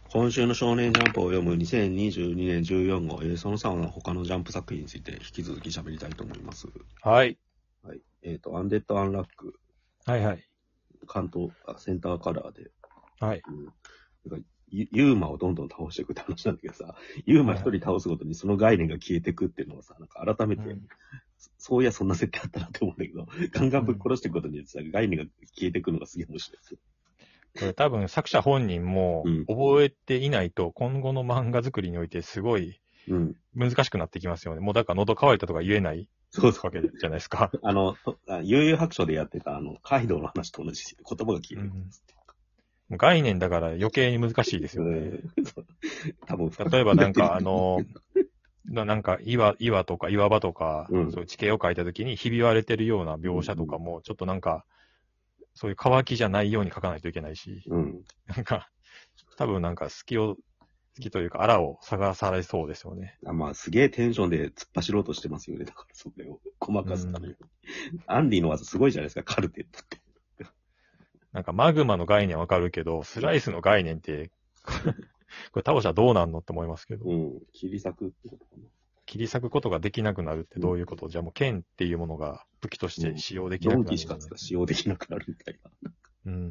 今週の少年ジャンプを読む2022年14号、その3は他のジャンプ作品について引き続き喋りたいと思います。 はい。 はい。アンデッド・アンラック、 はいはい。 関東、センターカラーで、 はい。 なんかユーマをどんどん倒していくって話なんだけどさ、ユーマ一人倒すごとにその概念が消えていくっていうのをさ、なんか改めて、そういやそんな設定あったなって思うんだけど、ガンガンぶっ殺していくことによってさ、概念が消えていくのがすげえ面白いですよ。 これ多分作者本人も覚えていないと今後の漫画作りにおいてすごい難しくなってきますよね。もうだから喉乾いたとか言えないわけじゃないですか。 悠々白書でやってたカイドウの話と同じ言葉が消える。 概念だから余計に難しいですよね。 多分例えばなんかなんか岩とか岩場とか、そういう地形を書いたときにひび割れてるような描写とかも、ちょっとなんか、そういう乾きじゃないように書かないといけないし、なんか、多分なんか好きというか、あらを探されそうですよね。 まあ、すげえテンションで突っ走ろうとしてますよね。だからそれをごまかすために。アンディの技すごいじゃないですか、カルテットって。 なんかマグマの概念わかるけど、スライスの概念って、これ倒したらどうなんのって思いますけど。 切り裂くってことかな。 切り裂くことができなくなるってどういうこと、じゃあもう剣っていうものが武器として使用できなくなる、 ドンキしか使用できなくなるみたいな。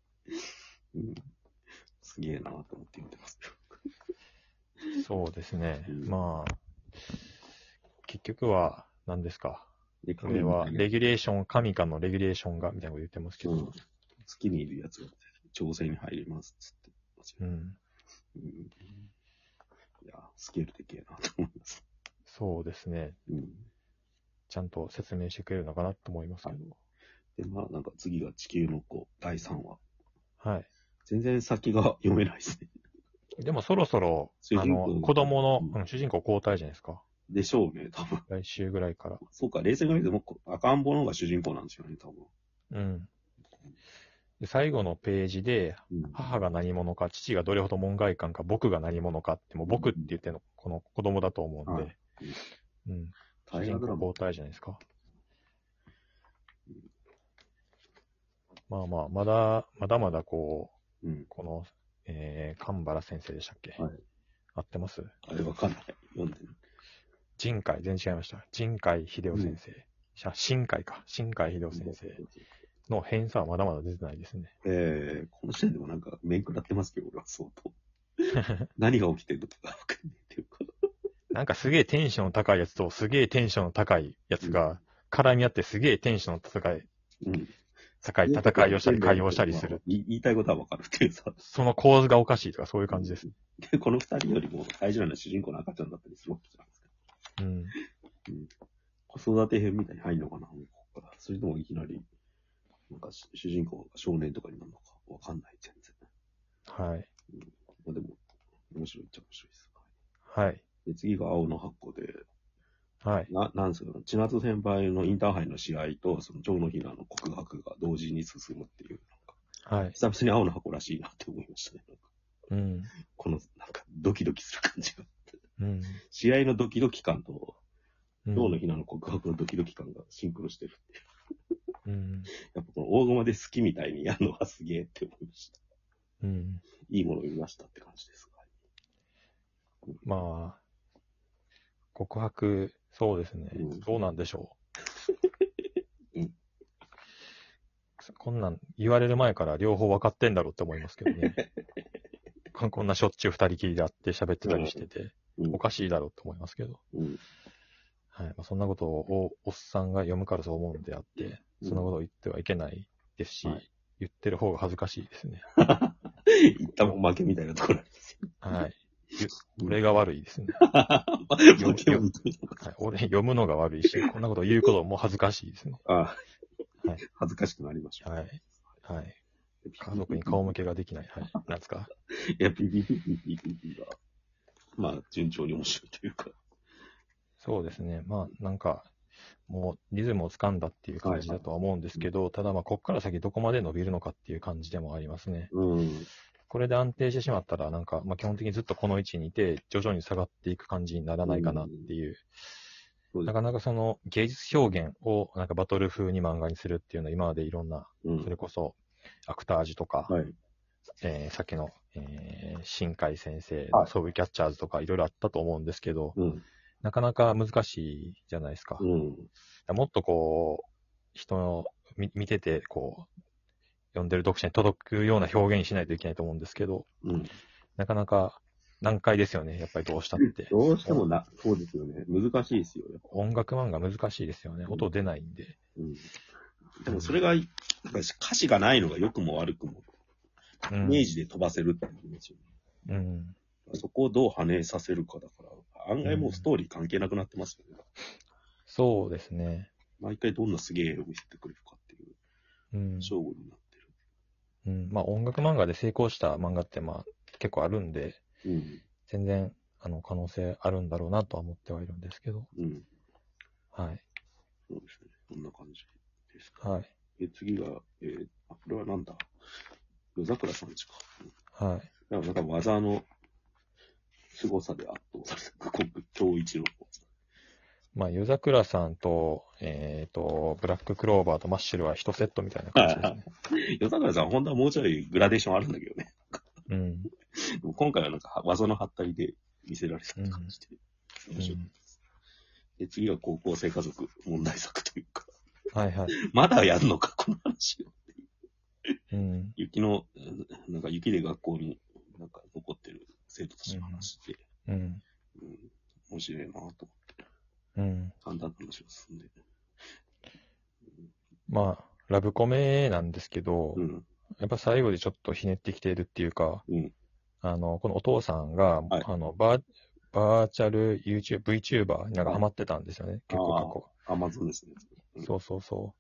すげえなと思って言ってます。 そうですね。まあ、結局は何ですか。これはレギュレーション、神かのレギュレーションがみたいなこと言ってますけど。 月にいるやつが調整に入りますっつってますよ。いや、スケールでけえなと思います。 そうですね。ちゃんと説明してくれるのかなと思いますけど。 で、まあなんか次が地球の子第3話。 はい。 全然先が読めないですね。 でもそろそろ、子供の、主人公交代じゃないですか。 でしょうね、多分。 来週ぐらいから。 そうか、冷静に考えても赤ん坊の方が主人公なんですよね、多分。 で最後のページで、母が何者か、父がどれほど門外漢か、僕が何者かって、もう僕って言ってるの、この子供だと思うんで、主人公交代じゃないですか。まあまあ、まだまだこの、神原先生でしたっけ？合ってます？ あれわかんない。読んでる。 全然違いました。新海秀夫先生。新海秀夫先生の編纂はまだまだ出てないですね。 この時点でもなんか、面食らってますけど、俺は相当。何が起きてるのかわかんないっていうか。 なんかすげえテンション高いやつとすげえテンション高いやつが絡み合ってすげえテンション高い戦いをしたり会話をしたりする。 言いたいことはわかるっていうさ。 その構図がおかしいとかそういう感じです。 で、この二人よりも大事なのは主人公の赤ちゃんだったりするわけじゃないですか。子育て編みたいに入るのかな、それともいきなり、なんか主人公が少年とかになるのかわかんない、全然。 はい。 まあでも、面白いっちゃ面白いです。 はい。 で、次が青の箱で、 はい。 なんですか、千夏先輩のインターハイの試合と、その蝶のひなの告白が同時に進むっていう、 はい。 久々に青の箱らしいなって思いましたね。この、なんか、ドキドキする感じが。試合のドキドキ感と、蝶のひなの告白のドキドキ感がシンクロしてるっていう。やっぱこの大駒で好きみたいにやるのはすげえって思いました。いいものを見ましたって感じです。 まあ、告白、そうですね。どうなんでしょう。こんなん言われる前から両方分かってんだろうって思いますけどね。こんなしょっちゅう二人きりで会って喋ってたりしてて、おかしいだろうって思いますけど。はい。まあ、そんなことをおっさんが読むからそう思うんであって、そんなことを言ってはいけないですし、言ってる方が恥ずかしいですね。 言ったもん負けみたいなところなんですよ。 はい。俺が悪いですね。俺読むのが悪いし、こんなこと言うことも恥ずかしいですね。 恥ずかしくなりましょう。 はい。家族に顔向けができない。はい。なんですか？ いや、PPPPPP が、まあ、順調に面白いというか。 そうですね。まあ、なんか、もうリズムをつかんだっていう感じだとは思うんですけど、ただまあ、こっから先どこまで伸びるのかっていう感じでもありますね。これで安定してしまったら、なんか、まあ基本的にずっとこの位置にいて、徐々に下がっていく感じにならないかなっていう。なかなかその芸術表現をなんかバトル風に漫画にするっていうのは今までいろんな、それこそアクタージュとか、 さっきの、新海先生のソブキャッチャーズとかいろいろあったと思うんですけど、なかなか難しいじゃないですか。もっとこう、人の見てて、こう、読んでる読者に届くような表現にしないといけないと思うんですけど、なかなか難解ですよね、やっぱりどうしたって。 どうしてもそうですよね。難しいですよ。 音楽漫画難しいですよね。音出ないんで。 でもそれが、歌詞がないのが良くも悪くも、イメージで飛ばせるっていうんですよね。そこをどう反映させるかだから、案外もうストーリー関係なくなってますよね。 そうですね。 毎回どんなすげえを見せてくれるかっていう、勝負になってる。まあ音楽漫画で成功した漫画ってまあ結構あるんで、全然可能性あるんだろうなとは思ってはいるんですけど。はい。 そうですね。こんな感じですか。はい。 次が、これはなんだ夜桜さんちか。 はい。 なんか技の凄さで圧倒された、今日一郎。 まあ、夜桜さんと、ブラッククローバーとマッシュルは一セットみたいな感じですね。 夜桜さん、本当はもうちょいグラデーションあるんだけどね。今回はなんか技のハったりで見せられたって感じで。面白いです。で、次は高校生家族問題作というか。 はいはい。 まだやるのか、この話を。なんか雪で学校になんか残ってる生徒たちの話で。面白いなぁと思って。簡単な話を進んで。 まあ、ラブコメなんですけど、やっぱ最後でちょっとひねってきているっていうか、このお父さんが、バーチャル VTuber になんかハマってたんですよね、結構過去。 アマゾンですね。 そうそうそう。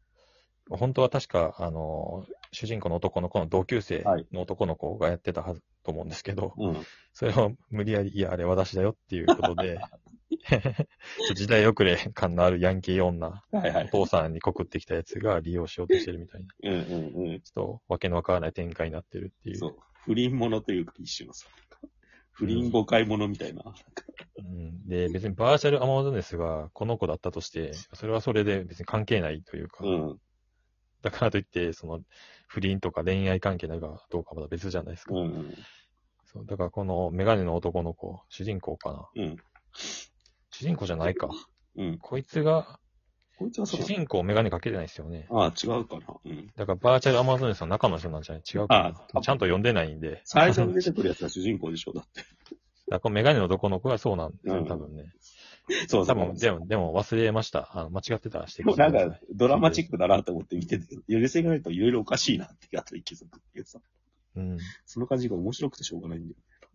本当は確か、主人公の男の子の同級生の男の子がやってたはずと思うんですけど、それを無理やり、いや、あれ私だよっていうことで、時代遅れ感のあるヤンキー女、お父さんに告ってきたやつが利用しようとしてるみたいな。ちょっとわけのわからない展開になってるっていう。 そう。不倫者というか一種のさ、不倫誤解者みたいな。 で、別にバーチャルアマゾネスがこの子だったとして、それはそれで別に関係ないというか、だからといって、その不倫とか恋愛関係ないかどうかまだ別じゃないですか。そうだからこのメガネの男の子、主人公かな。主人公じゃないか。こいつが、主人公メガネかけてないですよね。 違うかな。 だからバーチャルアマゾネスの中の人なんじゃない違うかな。ちゃんと読んでないんで。 最初に出てくるやつが主人公でしょ、だって。 だからこのメガネの男の子がそうなんですよ、多分ね。そう多分、でも忘れました。間違ってたらしてください。なんか、ドラマチックだなと思って見てて、許せないといろいろおかしいなって後で気づくっていうさ。その感じが面白くてしょうがないんだよ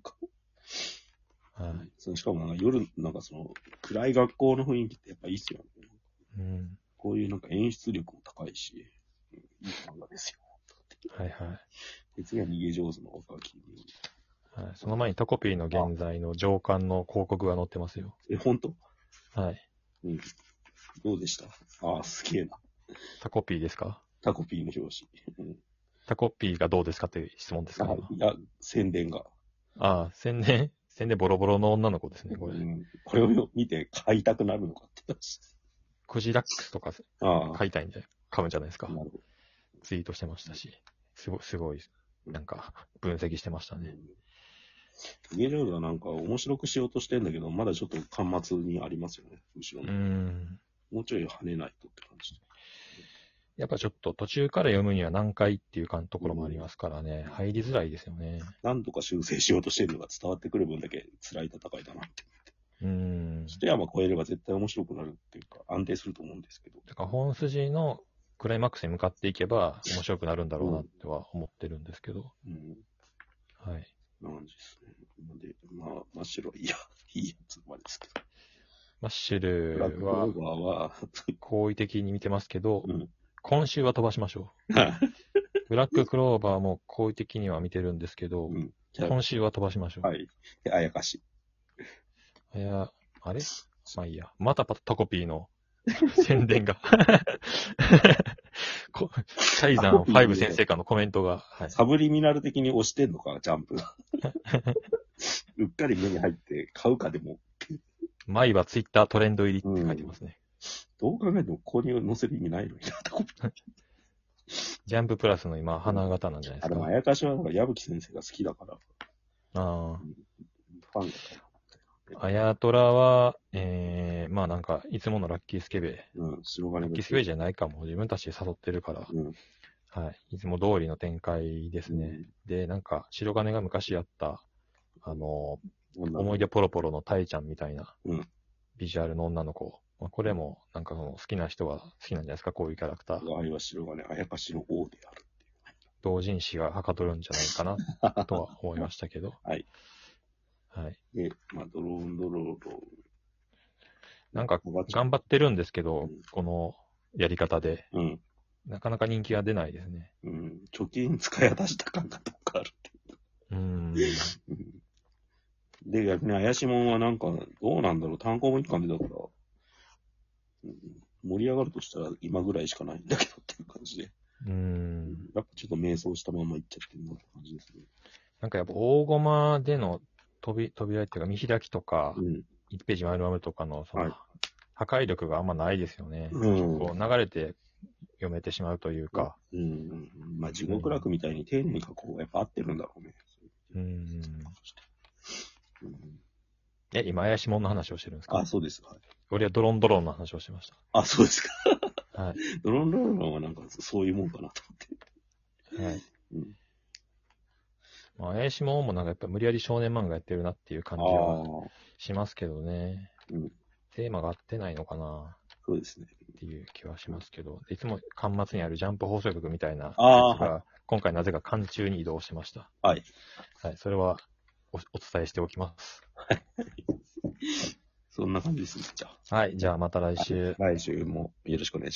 ね。しかも夜、なんかその、暗い学校の雰囲気ってやっぱいいっすよね。こういうなんか演出力も高いし、いい漫画ですよ。 はいはい。 で、次は逃げ上手の若き。 はい。その前にタコピーの現在の上巻の広告が載ってますよ。 本当？ はい。 どうでした？すげえな。 タコピーですか？ タコピーの表紙。 タコピーがどうですかっていう質問ですか？ いや、宣伝が。 宣伝ボロボロの女の子ですね、これ。 これを見て買いたくなるのかって話。 クジラックスとか買いたいんで、買うんじゃないですか。なるほど。ツイートしてましたし、すごい、なんか、分析してましたね。 逃げ上手はなんか面白くしようとしてんだけど、まだちょっと巻末にありますよね、後ろに。もうちょい跳ねないとって感じ。 やっぱちょっと途中から読むには難解っていうところもありますからね、入りづらいですよね。 何とか修正しようとしてるのが伝わってくる分だけ辛い戦いだなって思って。一山超えれば絶対面白くなるっていうか、安定すると思うんですけど。 だから本筋のクライマックスに向かっていけば面白くなるんだろうなっては思ってるんですけど。はい。 なんですね。なんで、マッシュルはいいやつまでですけど。 マッシュルは、好意的に見てますけど、今週は飛ばしましょう。ブラッククローバーも好意的には見てるんですけど、今週は飛ばしましょう。 はい。あやかし。 あれまあいいや。またタコピーの宣伝が。シャイザン5先生からのコメントが。 サブリミナル的に押してんのかな、ジャンプが。うっかり目に入って買うかでも。 前はツイッタートレンド入りって書いてますね。 どう考えてもここに載せる意味ないのにな、タコピー。 ジャンププラスの今、花形なんじゃないですか。 でも、あやかしはなんか矢吹先生が好きだから。ああ。 ファンだから。 あやとらは、まあなんか、いつものラッキースケベ。 白金ラッキースケベじゃないかも。自分たちで誘ってるから。はい。いつも通りの展開ですね。で、なんか、白金が昔やった、思い出ポロポロのタイちゃんみたいな、ビジュアルの女の子。まあ、これも、なんか好きな人は好きなんじゃないですか、こういうキャラクター。 あれは白金、あやかしの王である。 同人誌がはかどるんじゃないかな、とは思いましたけど。 はい。 はい。 で、まあ、ドローン。 なんか、頑張ってるんですけど、このやり方で。なかなか人気が出ないですね。 貯金使い果たした感がどっかあるってで、逆に怪しもんはなんか、どうなんだろう、単行本一巻でだから、盛り上がるとしたら今ぐらいしかないんだけどっていう感じで。やっぱちょっと迷走したままいっちゃってるなって感じですね。 なんかやっぱ大駒での扉っていうか見開きとか、1ページ丸々とかのその、破壊力があんまないですよね。こう流れて読めてしまうというか。 まあ地獄楽みたいに丁寧に書こうやっぱ合ってるんだろうね。 今怪しもんの話をしてるんですか？ あ、そうです。 俺はドロンドロンの話をしてました。 あ、そうですか。 はい。 ドロンドロンはなんかそういうもんかなと思って。はい。 まあ、怪しもんもなんかやっぱ無理やり少年漫画やってるなっていう感じはしますけどね。テーマが合ってないのかな。 そうですね。 っていう気はしますけど、いつも巻末にあるジャンプ放送局みたいなやつが、今回なぜか巻中に移動してました。はい。はい、それはお伝えしておきます。はい。 そんな感じですね、じゃあ。はい、じゃあまた来週。 来週もよろしくお願いします。